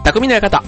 匠の館。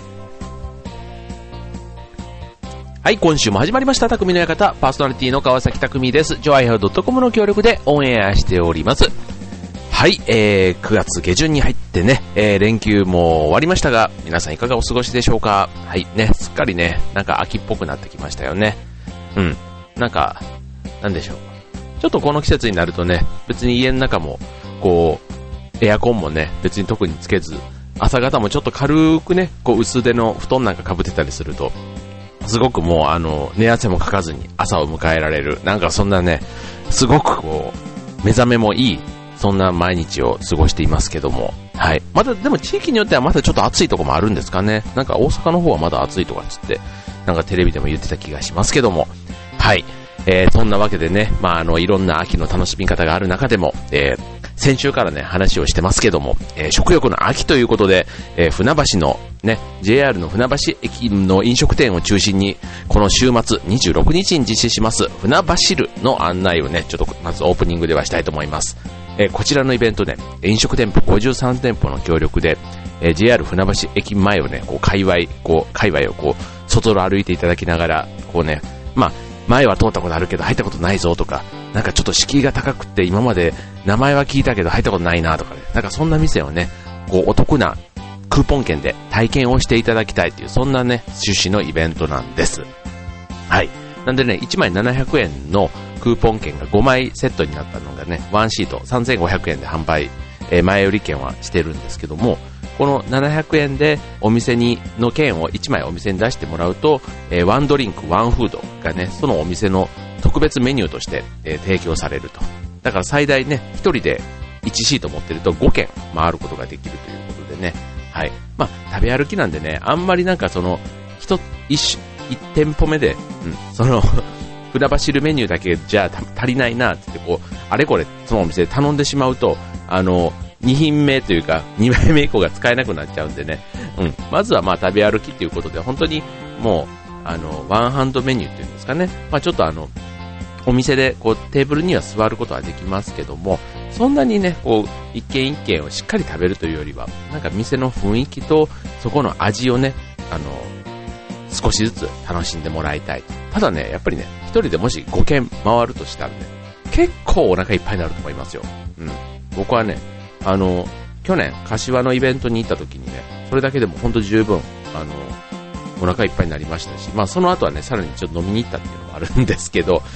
はい、今週も始まりました匠の館、パーソナリティの川崎匠です。ジョアイハウ .com の協力でオンエアしております。はい、9月下旬に入ってね、連休も終わりましたが、皆さんいかがお過ごしでしょうか。はいね、すっかりね、なんか秋っぽくなってきましたよね。なんかなんでしょう、ちょっとこの季節になるとね、別に家の中もこうエアコンもね別に特につけず、朝方もちょっと軽くねこう薄手の布団なんか被ってたりすると、すごくもう寝汗もかかずに朝を迎えられる、なんかそんなね、すごくこう目覚めもいい、そんな毎日を過ごしていますけども、はい。まだでも地域によってはまだちょっと暑いところもあるんですかね。なんか大阪の方はまだ暑いとかつってなんかテレビでも言ってた気がしますけども、はい。そんなわけでね、いろんな秋の楽しみ方がある中でも、先週からね話をしてますけども、食欲の秋ということで、船橋のね JR の船橋駅の飲食店を中心にこの週末26日に実施します船橋るの案内をね、ちょっとまずオープニングではしたいと思います。こちらのイベントね、飲食店舗53店舗の協力で、JR 船橋駅前をねこう界隈をこう外を歩いていただきながら、こうね、前は通ったことあるけど入ったことないぞとか、なんかちょっと敷居が高くて今まで名前は聞いたけど入ったことないなとかね、なんかそんな店をね、こうお得なクーポン券で体験をしていただきたいという、そんなね趣旨のイベントなんです。はい。なんでね、1枚700円のクーポン券が5枚セットになったのがね、ワンシート3500円で販売、前売り券はしてるんですけども、この700円でお店の券を1枚お店に出してもらうと、ワンドリンクワンフードがね、そのお店の特別メニューとして、提供されると。だから最大ね、1人で1シート持ってると5軒回ることができるということでね、はい。食べ歩きなんでね、あんまりなんかその1店舗目で、その船橋るメニューだけじゃ足りないなってこうあれこれそのお店で頼んでしまうと、2品目というか2枚目以降が使えなくなっちゃうんでね、まずは食べ歩きということで、本当にもうワンハンドメニューっていうんですかね、ちょっとお店でこうテーブルには座ることはできますけども、そんなにねこう一軒一軒をしっかり食べるというよりは、なんか店の雰囲気とそこの味をね少しずつ楽しんでもらいたい。ただね、やっぱりね、一人でもし5軒回るとしたらね、結構お腹いっぱいになると思いますよ。僕はね、去年柏のイベントに行った時にね、それだけでも本当十分お腹いっぱいになりましたし、その後はねさらにちょっと飲みに行ったっていうのもあるんですけど、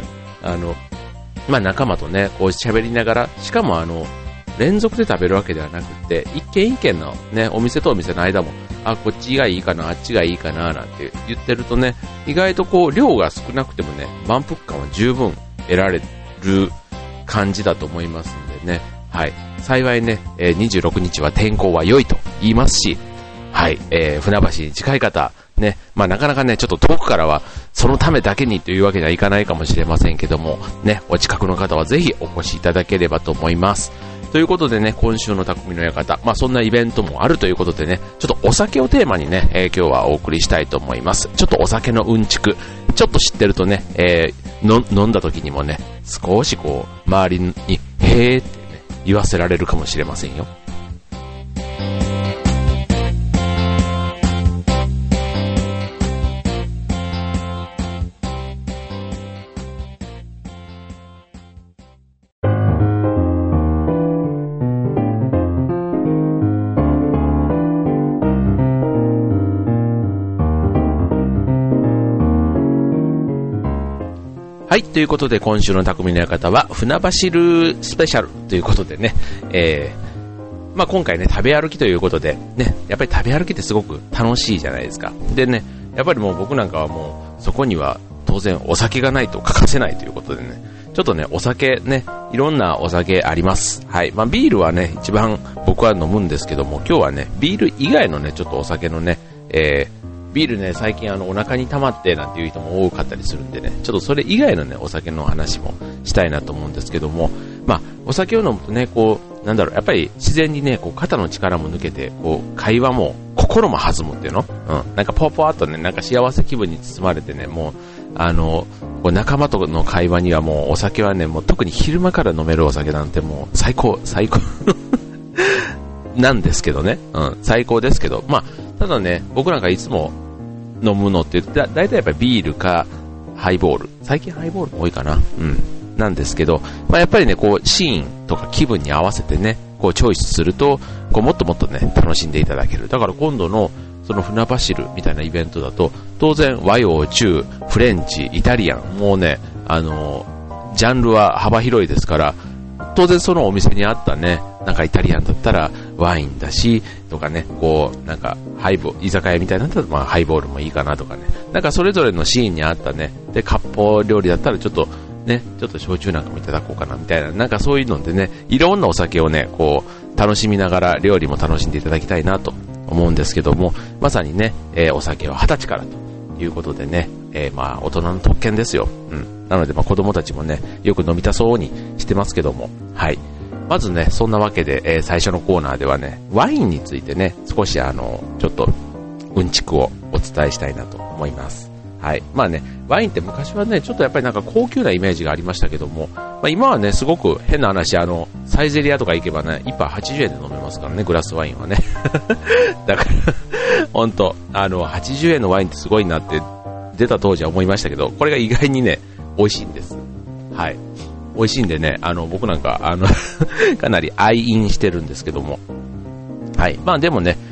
仲間とねこう喋りながら、しかも連続で食べるわけではなくて、一軒一軒のねお店とお店の間も、こっちがいいかなあっちがいいかななんて言ってるとね、意外とこう量が少なくてもね満腹感は十分得られる感じだと思いますんでね、はい。幸いね、26日は天候は良いと言いますし、はい。船橋に近い方ね、なかなかねちょっと遠くからはそのためだけにというわけにはいかないかもしれませんけどもね、お近くの方はぜひお越しいただければと思います。ということでね、今週の匠の館、そんなイベントもあるということでね、ちょっとお酒をテーマにね、今日はお送りしたいと思います。ちょっとお酒のうんちく、ちょっと知ってるとね、飲んだ時にもね、少しこう周りにへーってね言わせられるかもしれませんよ。はい、ということで今週の匠の館は船橋るスペシャルということでね、今回ね食べ歩きということでね、やっぱり食べ歩きってすごく楽しいじゃないですか。でね、やっぱりもう僕なんかはもうそこには当然お酒がないと欠かせないということでね、ちょっとねお酒ね、いろんなお酒あります。はい。ビールはね一番僕は飲むんですけども、今日はねビール以外のねちょっとお酒のね、ビールね最近お腹に溜まってなんていう人も多かったりするんでね、ちょっとそれ以外のねお酒の話もしたいなと思うんですけども、お酒を飲むとねこうやっぱり自然にねこう肩の力も抜けて、こう会話も心も弾むっていうの、なんかポワポワっとね、なんか幸せ気分に包まれてね、もうこう仲間との会話にはもうお酒はね、もう特に昼間から飲めるお酒なんてもう最高なんですけどね、最高ですけど、 ただね、僕なんかいつも飲むのってだいたいやっぱりビールかハイボール。最近ハイボールも多いかな。なんですけど、やっぱりね、こう、シーンとか気分に合わせてね、こう、チョイスすると、こう、もっともっとね、楽しんでいただける。だから今度の、その船走るみたいなイベントだと、当然、和洋中、フレンチ、イタリアン、もうね、ジャンルは幅広いですから、当然そのお店にあったね、なんかイタリアンだったらワインだし、とかね、こう、なんか居酒屋みたいなのだったらハイボールもいいかなとかね、なんかそれぞれのシーンにあったね、で、割烹料理だったらちょっと焼酎なんかもいただこうかなみたいな、なんかそういうのでね、いろんなお酒をね、こう、楽しみながら料理も楽しんでいただきたいなと思うんですけども、まさにね、お酒は20歳からということでね、大人の特権ですよ。なので、子供たちもね、よく飲みたそうにしてますけども、はい。まずね、そんなわけで、最初のコーナーではね、ワインについてね、少しちょっと、うんちくをお伝えしたいなと思います。はい。ワインって昔はね、ちょっとやっぱりなんか高級なイメージがありましたけども、今はね、すごく変な話、サイゼリアとか行けばね、1杯80円で飲めますからね、グラスワインはね。だから、ほんと、80円のワインってすごいなって、出た当時は思いましたけど、これが意外にね、美味しいんです。はい。美味しいんでね、僕なんか、かなり愛飲してるんですけども。はい。でもね、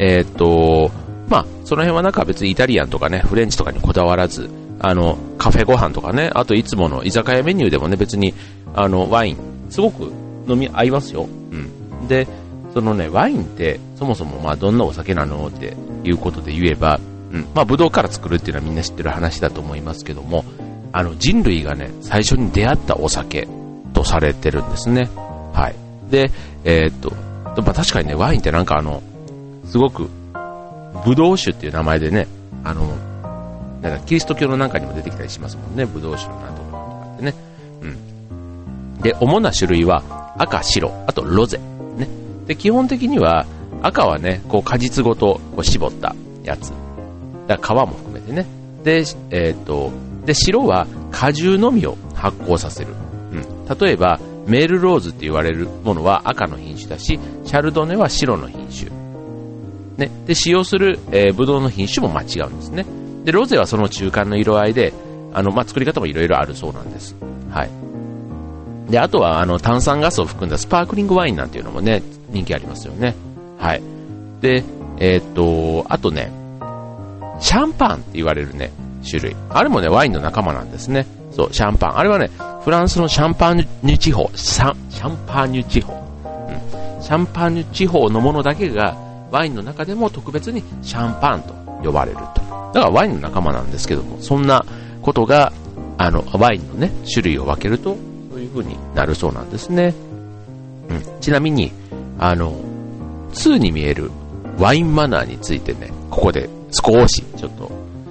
その辺はなんか別にイタリアンとかね、フレンチとかにこだわらず、カフェご飯とかね、あといつもの居酒屋メニューでもね、別に、ワイン、すごく飲み合いますよ。で、そのね、ワインって、そもそもどんなお酒なのっていうことで言えば、ブドウから作るっていうのはみんな知ってる話だと思いますけども、人類がね、最初に出会ったお酒とされてるんですね。はい。で、確かにね、ワインってなんかすごく、ブドウ酒っていう名前でね、なんかキリスト教のなんかにも出てきたりしますもんね、ブドウ酒のなんとかとかってね。で、主な種類は赤、白、あとロゼ。ね。で、基本的には、赤はね、こう果実ごとこう絞ったやつ。だから皮も含めてね。で、で、白は果汁のみを発酵させる。例えば、メールローズって言われるものは赤の品種だし、シャルドネは白の品種。ね。で、使用する、ブドウの品種も違うんですね。で、ロゼはその中間の色合いで、作り方もいろいろあるそうなんです。はい。で、あとは、炭酸ガスを含んだスパークリングワインなんていうのもね、人気ありますよね。はい。で、あとね、シャンパンって言われるね、種類。あれもね、ワインの仲間なんですね。そう、シャンパン。あれはね、フランスのシャンパーニュ地方。シャンパーニュ地方。シャンパーニュ地方のものだけが、ワインの中でも特別にシャンパンと呼ばれると。だからワインの仲間なんですけども、そんなことが、ワインのね、種類を分けると、そういう風になるそうなんですね。ちなみに、2に見えるワインマナーについてね、ここで少しちょっと、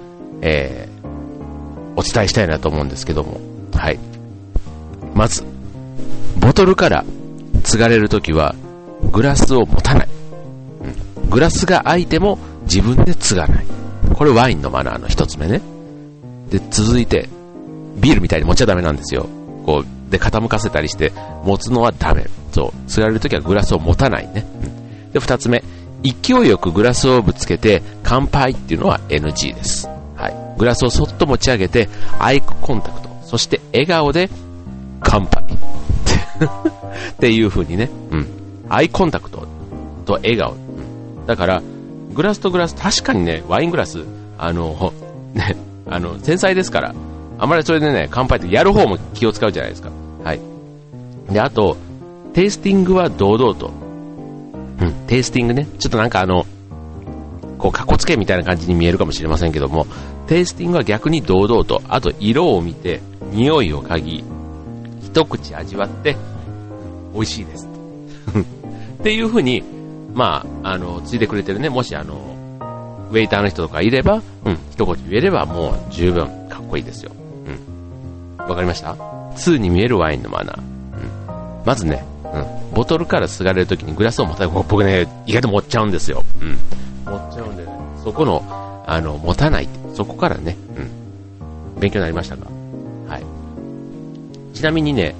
お伝えしたいなと思うんですけども、はい。まず、ボトルから継がれるときは、グラスを持たない。グラスが空いても自分で継がない。これワインのマナーの一つ目ね。で、続いて、ビールみたいに持っちゃダメなんですよ。こう、で、傾かせたりして、持つのはダメ。そう、継がれるときはグラスを持たないね。で、二つ目、勢いよくグラスをぶつけて乾杯っていうのは NG です。はい。グラスをそっと持ち上げて、アイコンタクト、そして笑顔で乾杯。っていう風にね。アイコンタクトと笑顔。だから、グラスとグラス、確かにね、ワイングラス、ね、繊細ですから、あまりそれでね、乾杯ってやる方も気を使うじゃないですか。はい。で、あと、テイスティングは堂々と。テイスティングね。ちょっとなんかこう、かっこつけみたいな感じに見えるかもしれませんけども、テイスティングは逆に堂々と、あと色を見て、匂いを嗅ぎ、一口味わって、美味しいです。っていう風に、ついてくれてるね、もしウェイターの人とかいれば、一言言えればもう十分かっこいいですよ。わかりました？ 2 に見えるワインのマナー。まずね、ボトルから継がれるときにグラスを持たない。僕ね、意外と持っちゃうんですよ。持っちゃうんでね、そこの、持たない。そこからね、勉強になりましたか？はい。ちなみにね、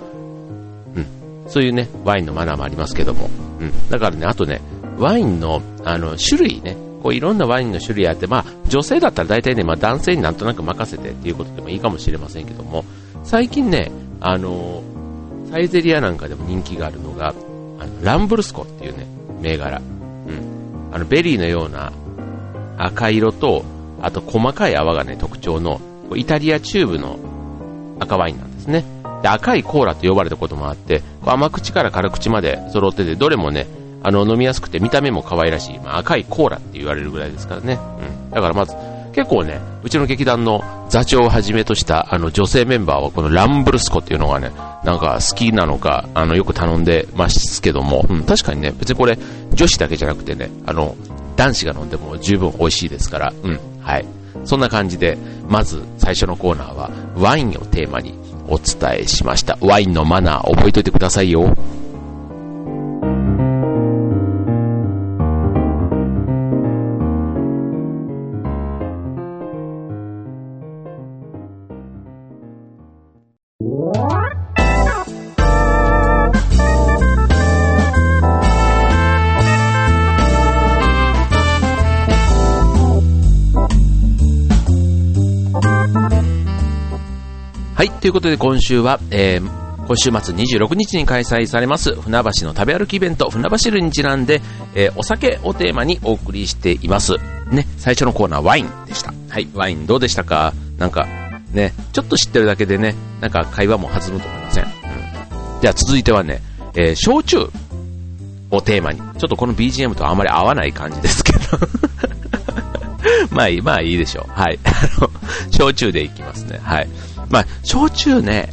そういうね、ワインのマナーもありますけども、だからね、あとね、ワインの、種類ね、 こういろんなワインの種類あって、まあ女性だったら大体ね、まあ男性になんとなく任せてっていうことでもいいかもしれませんけども、最近ね、サイゼリアなんかでも人気があるのが、ランブルスコっていうね、銘柄。ベリーのような赤色と、あと細かい泡がね、特徴の、イタリアチューブの赤ワインなんですね。で、赤いコーラと呼ばれたこともあって、甘口から辛口まで揃ってて、どれもね、飲みやすくて見た目も可愛らしい、まあ、赤いコーラって言われるぐらいですからね。だからまず、結構ね、うちの劇団の座長をはじめとした女性メンバーはこのランブルスコっていうのがね、なんか好きなのか、よく頼んでますけども、確かにね、別にこれ女子だけじゃなくてね、男子が飲んでも十分美味しいですから、はい。そんな感じで、まず最初のコーナーはワインをテーマにお伝えしました。ワインのマナー覚えといてくださいよ。はい、ということで今週は、今週末26日に開催されます船橋の食べ歩きイベント船橋ルにちなんで、お酒をテーマにお送りしていますね。最初のコーナーワインでした。はい、ワインどうでしたか？なんかね、ちょっと知ってるだけでね、なんか会話も弾むと思いません。じゃあ続いてはね、焼酎をテーマに、ちょっとこの BGM とあまり合わない感じですけどまあいいでしょう。はい焼酎でいきますね。はい。まあ、焼酎ね、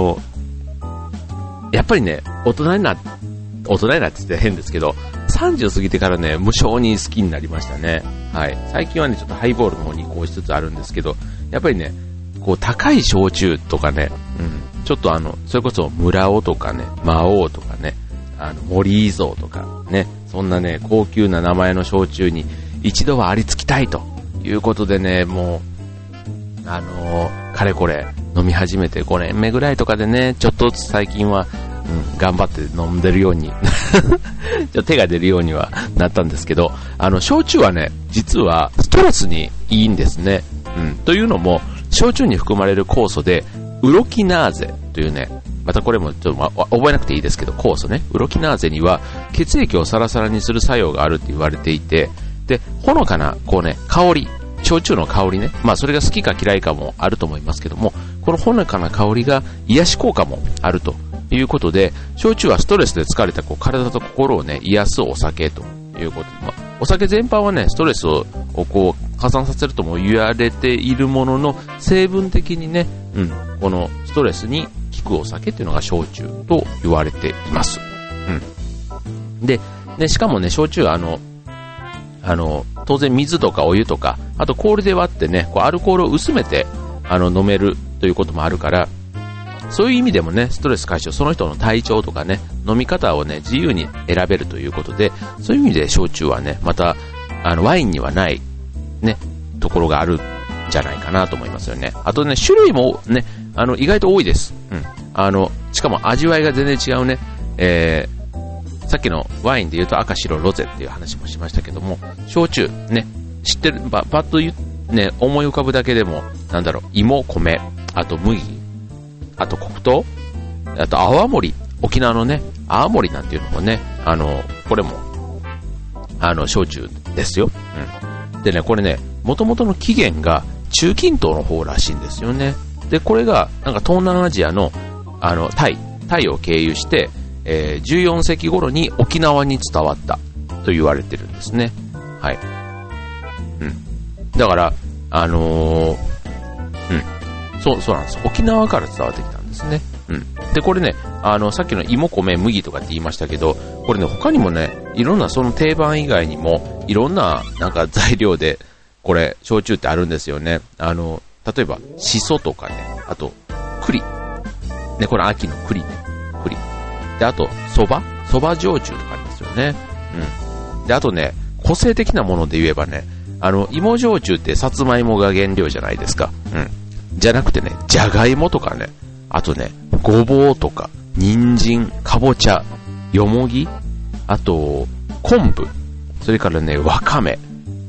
やっぱりね、大人になって言って変ですけど、30過ぎてからね、無性に好きになりましたね。はい。最近はね、ちょっとハイボールの方に移行しつつあるんですけど、やっぱりね、こう、高い焼酎とかね、ちょっとそれこそ村尾とかね、魔王とかね、森伊蔵とかね、そんなね、高級な名前の焼酎に一度はありつきたいということでね、もう、かれこれ飲み始めて5年目ぐらいとかでね、ちょっとずつ最近は、頑張って飲んでるように手が出るようにはなったんですけど、焼酎はね、実はストレスにいいんですね。というのも、焼酎に含まれる酵素で、ウロキナーゼというね、またこれもちょっと覚えなくていいですけど、酵素ね、ウロキナーゼには血液をサラサラにする作用があるって言われていて、で、ほのかな、こうね、香り、焼酎の香りね、まあそれが好きか嫌いかもあると思いますけども、このほのかな香りが癒し効果もあるということで、焼酎はストレスで疲れたこう体と心をね、癒すお酒ということで、お酒全般はね、ストレスをこう加算させるとも言われているものの、成分的にね、このストレスに効くお酒っていうのが焼酎と言われています。で、しかもね、焼酎は当然水とかお湯とか、あと氷で割ってね、こうアルコールを薄めて飲めるということもあるから、そういう意味でもね、ストレス解消、その人の体調とかね、飲み方をね、自由に選べるということで、そういう意味で焼酎はね、またワインにはないね、ところがあるんじゃないかなと思いますよね。あとね、種類もね、意外と多いです。しかも味わいが全然違うね、さっきのワインで言うと赤白ロゼっていう話もしましたけども、焼酎ね、知ってる、パッとね、思い浮かぶだけでも、なんだろう、芋、米、あと麦、あと黒糖、あと泡盛、沖縄のね、泡盛なんていうのもね、これも、焼酎ですよ。でね、これね、元々の起源が中近東の方らしいんですよね。で、これが、なんか東南アジアの、タイを経由して、14世紀頃に沖縄に伝わったと言われてるんですね。はい。だから、そうなんです。沖縄から伝わってきたんですね。で、これね、さっきの芋、米、麦とかって言いましたけど、これね、他にもね、いろんなその定番以外にも、いろんな、なんか材料で、これ、焼酎ってあるんですよね。例えば、シソとかね、あと、栗。ね、これ秋の栗ね。栗。で、あと、蕎麦焼酎とかありますよね。で、あとね、個性的なもので言えばね、芋焼酎ってさつまいもが原料じゃないですか。じゃなくてね、じゃがいもとかね、あとね、ごぼうとか、人参、かぼちゃ、よもぎ、あと、昆布、それからね、わかめ、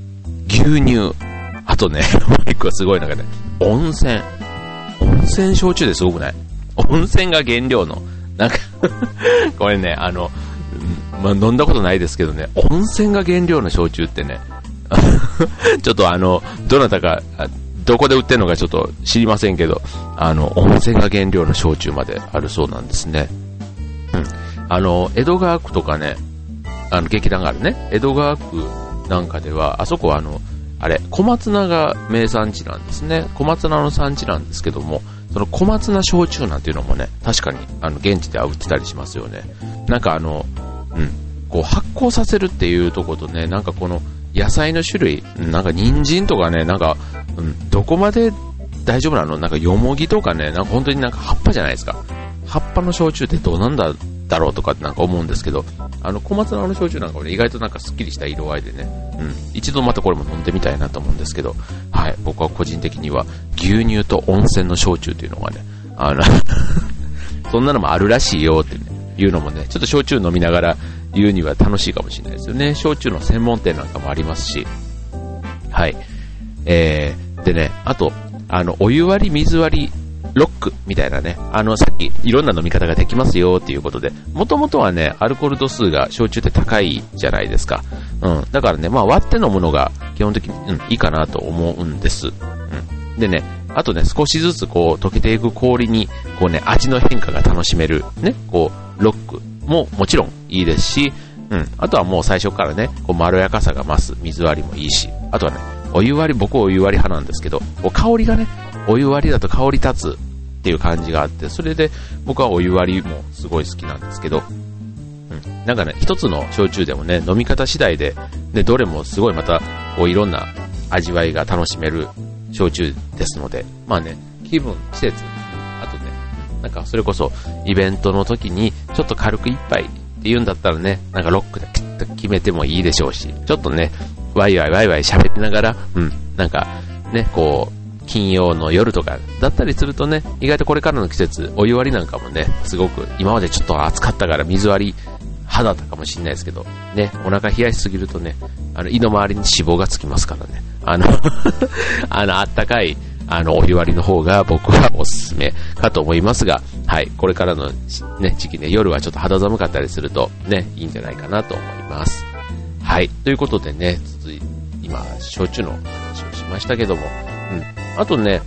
牛乳、あとね、もう一個すごいのがね、温泉焼酎ですごくない？温泉が原料の、なんかこれね、まあ、飲んだことないですけどね、温泉が原料の焼酎ってね、ちょっとどなたか、どこで売ってるのかちょっと知りませんけど、温泉が原料の焼酎まであるそうなんですね。うん。江戸川区とかね、劇団があるね、江戸川区なんかでは、あそこは小松菜が名産地なんですね。小松菜の産地なんですけども、その小松菜焼酎なんていうのもね、確かに現地では売ってたりしますよね。なんかこう発酵させるっていうところとね、なんかこの野菜の種類、なんか人参とかね、なんか、どこまで大丈夫なの？なんかよもぎとかね、なんか本当になんか葉っぱじゃないですか。葉っぱの焼酎ってどうなんだろうとかってなんか思うんですけど、小松菜の焼酎なんかもね、意外となんかスッキリした色合いでね、一度またこれも飲んでみたいなと思うんですけど、はい、僕は個人的には牛乳と温泉の焼酎っていうのがね、そんなのもあるらしいよって、ね、いうのもね、ちょっと焼酎飲みながら言うには楽しいかもしれないですよね。焼酎の専門店なんかもありますし、はい。でね、あと、お湯割り、水割り、ロックみたいなね、さっきいろんな飲み方ができますよっていうことで、もともとはね、アルコール度数が焼酎って高いじゃないですか。だからね、まあ割って飲むのが基本的に、いいかなと思うんです。でね、あとね、少しずつこう溶けていく氷に、こうね、味の変化が楽しめる、ね、こう、ロックももちろんいいですし、あとはもう最初からね、こうまろやかさが増す水割りもいいし、あとはね、お湯割り、僕はお湯割り派なんですけど、こう香りがね、お湯割りだと香り立つっていう感じがあって、それで僕はお湯割りもすごい好きなんですけど、なんかね、一つの焼酎でもね、飲み方次第で、ね、どれもすごいまた、こういろんな味わいが楽しめる焼酎ですので、まあね、気分、季節、あとね、なんかそれこそイベントの時にちょっと軽く一杯って言うんだったらね、なんかロックでピッと決めてもいいでしょうし、ちょっとね、ワイワイ喋りながら、なんかね、こう、金曜の夜とかだったりするとね、意外とこれからの季節、お湯割りなんかもね、すごく今までちょっと暑かったから水割り派だったかもしれないですけど、ね、お腹冷やしすぎるとね、胃の周りに脂肪がつきますからね、あったかい、お湯割りの方が僕はおすすめかと思いますが、はい、これからのね、時期ね、夜はちょっと肌寒かったりするとね、いいんじゃないかなと思います。はい、ということでね、今、焼酎の話をしましたけども、あとね、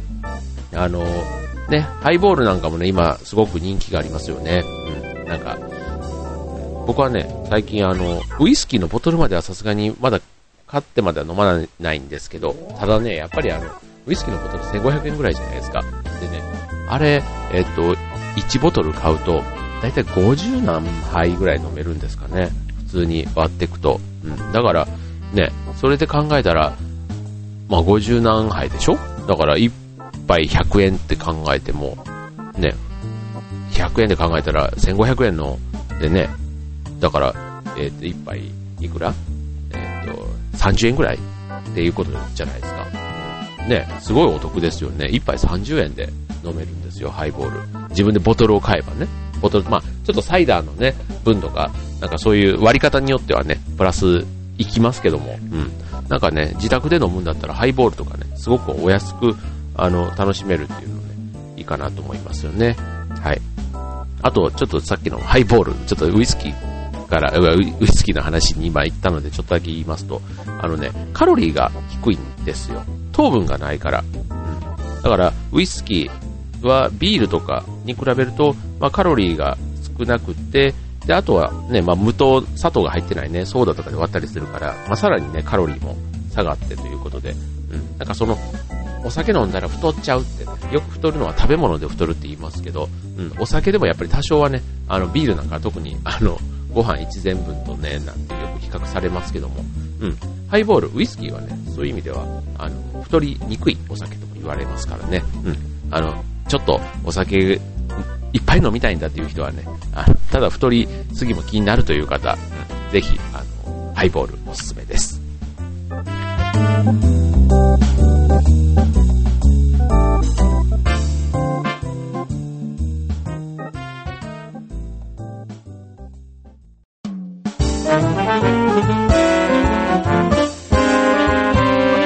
ハイボールなんかもね、今すごく人気がありますよね。なんか、僕はね、最近ウイスキーのボトルまではさすがにまだ買ってまでは飲まないんですけど、ただね、やっぱりウイスキーのボトル1500円ぐらいじゃないですか。でね、あれ、1ボトル買うと、だいたい50何杯ぐらい飲めるんですかね。普通に割っていくと。だから、ね、それで考えたら、まあ50何杯でしょ？だから1杯100円って考えても、ね、100円で考えたら1500円のでね、だから、1杯いくら30円ぐらいっていうことじゃないですか。ね、すごいお得ですよね。1杯30円で飲めるんですよ、ハイボール。自分でボトルを買えばね。ボトル、まあちょっとサイダーのね、分とか、なんかそういう割り方によってはね、プラスいきますけども、なんかね、自宅で飲むんだったらハイボールとかね、すごくお安く、楽しめるっていうのね、いいかなと思いますよね。はい。あと、ちょっとさっきのハイボール、ちょっとウイスキーから、ウイスキーの話に今言ったので、ちょっとだけ言いますと、カロリーが低いんですよ。糖分がないから。だから、ウイスキーはビールとかに比べると、まあ、カロリーが少なくて、で、あとはね、まあ、無糖、砂糖が入ってないね、ソーダとかで割ったりするから、まあ、さらにね、カロリーも下がってということで、なんかその、お酒飲んだら太っちゃうって、ね、よく太るのは食べ物で太るって言いますけど、お酒でもやっぱり多少はね、ビールなんか特に、ご飯1膳分とね、なんてよく比較されますけども、ハイボール、ウイスキーはね、そういう意味では、太りにくいお酒とも言われますからね、ちょっとお酒、いっぱい飲みたいんだっていう人はね、ただ太りすぎも気になるという方、ぜひ、ハイボールおすすめです。 は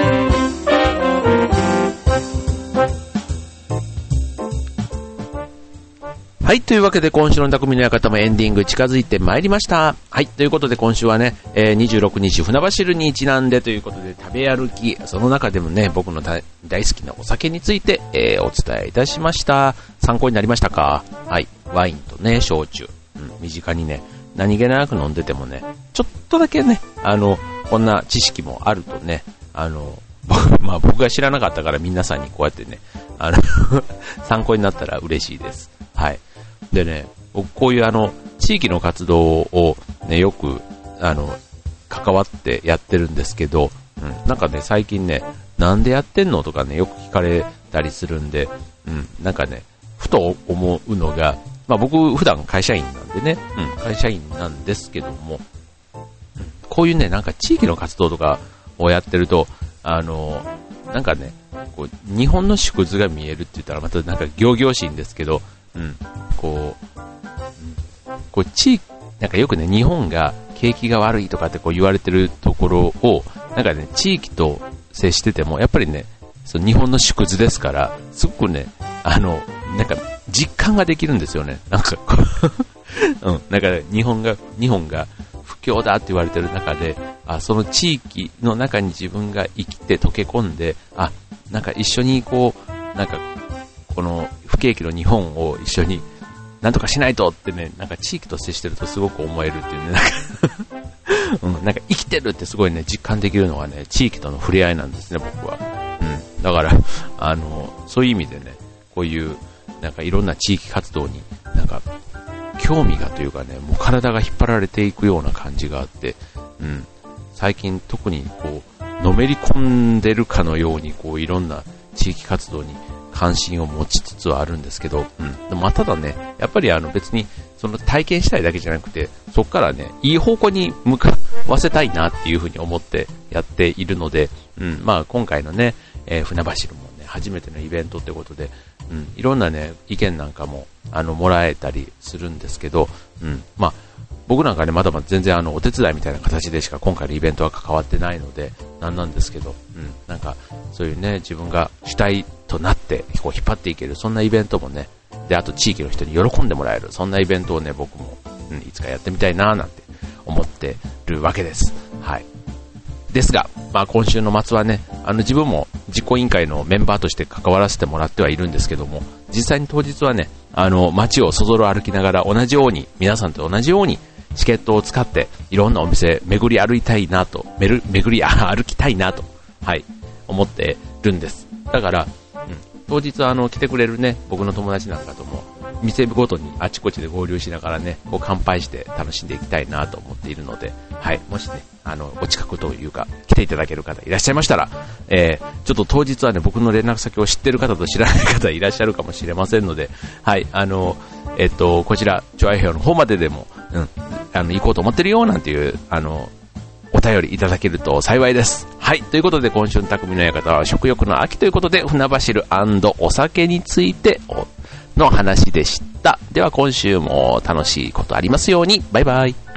はい、というわけで今週の匠の館もエンディング近づいてまいりました。はい、ということで今週はね、26日船橋にちなんでということで食べ歩き、その中でもね、僕の大好きなお酒について、お伝えいたしました。参考になりましたか？はい、ワインとね、焼酎、身近にね、何気なく飲んでてもね、ちょっとだけね、こんな知識もあるとね、僕が知らなかったから皆さんにこうやってね、参考になったら嬉しいです。はい。でね、僕こういう地域の活動をね、よく、関わってやってるんですけど、なんかね、最近ね、なんでやってんのとかね、よく聞かれたりするんで、なんかね、ふと思うのが、僕普段会社員なんでね、会社員なんですけども、こういうね、なんか地域の活動とかをやってると、なんかね、こう、日本の縮図が見えるって言ったらまたなんか仰々しいんですけど、こう地域、なんかよくね、日本が景気が悪いとかってこう言われてるところを、なんかね、地域と接してても、やっぱりね、その日本の縮図ですから、すごくね、なんか実感ができるんですよね。なんかこう、なんか日本が不況だって言われてる中で、その地域の中に自分が生きて溶け込んで、なんか一緒にこう、なんかこの不景気の日本を一緒になんとかしないとってね、なんか地域と接してるとすごく思えるっていうね、なんか、なんか生きてるってすごいね、実感できるのはね、地域との触れ合いなんですね、僕は。だから、そういう意味でね、こういう、なんかいろんな地域活動に、なんか、興味がというかね、もう体が引っ張られていくような感じがあって、最近特にこう、のめり込んでるかのように、こう、いろんな地域活動に関心を持ちつつはあるんですけど、でもただね、やっぱり別にその体験したいだけじゃなくて、そこからね、いい方向に向かわせたいなっていうふうに思ってやっているので、今回のね、船橋のもね、初めてのイベントってことで、いろんなね、意見なんかももらえたりするんですけど、僕なんかね、まだまだ全然お手伝いみたいな形でしか今回のイベントは関わってないので、なんですけど、なんかそういうね、自分が主体となってこう引っ張っていける、そんなイベントもね、で、あと地域の人に喜んでもらえる、そんなイベントをね、僕も、いつかやってみたいななんて思ってるわけです。はい。ですが、今週の末はね、自分も実行委員会のメンバーとして関わらせてもらってはいるんですけども、実際に当日はね、街をそぞろ歩きながら同じように、皆さんと同じようにチケットを使っていろんなお店巡り歩きたいなと、歩きたいなと、はい、思ってるんです。だから、当日来てくれるね、僕の友達なんかとも、店ごとにあちこちで合流しながらね、こう乾杯して楽しんでいきたいなと思っているので、はい、もしね、お近くというか、来ていただける方いらっしゃいましたら、ちょっと当日はね、僕の連絡先を知ってる方と知らない方いらっしゃるかもしれませんので、はい、こちら、チョアヘオの方まででも、行こうと思ってるよ、なんていう、お便りいただけると幸いです。はい。ということで、今週の匠の館は食欲の秋ということで、船走る&お酒についての話でした。では今週も楽しいことありますように。バイバイ。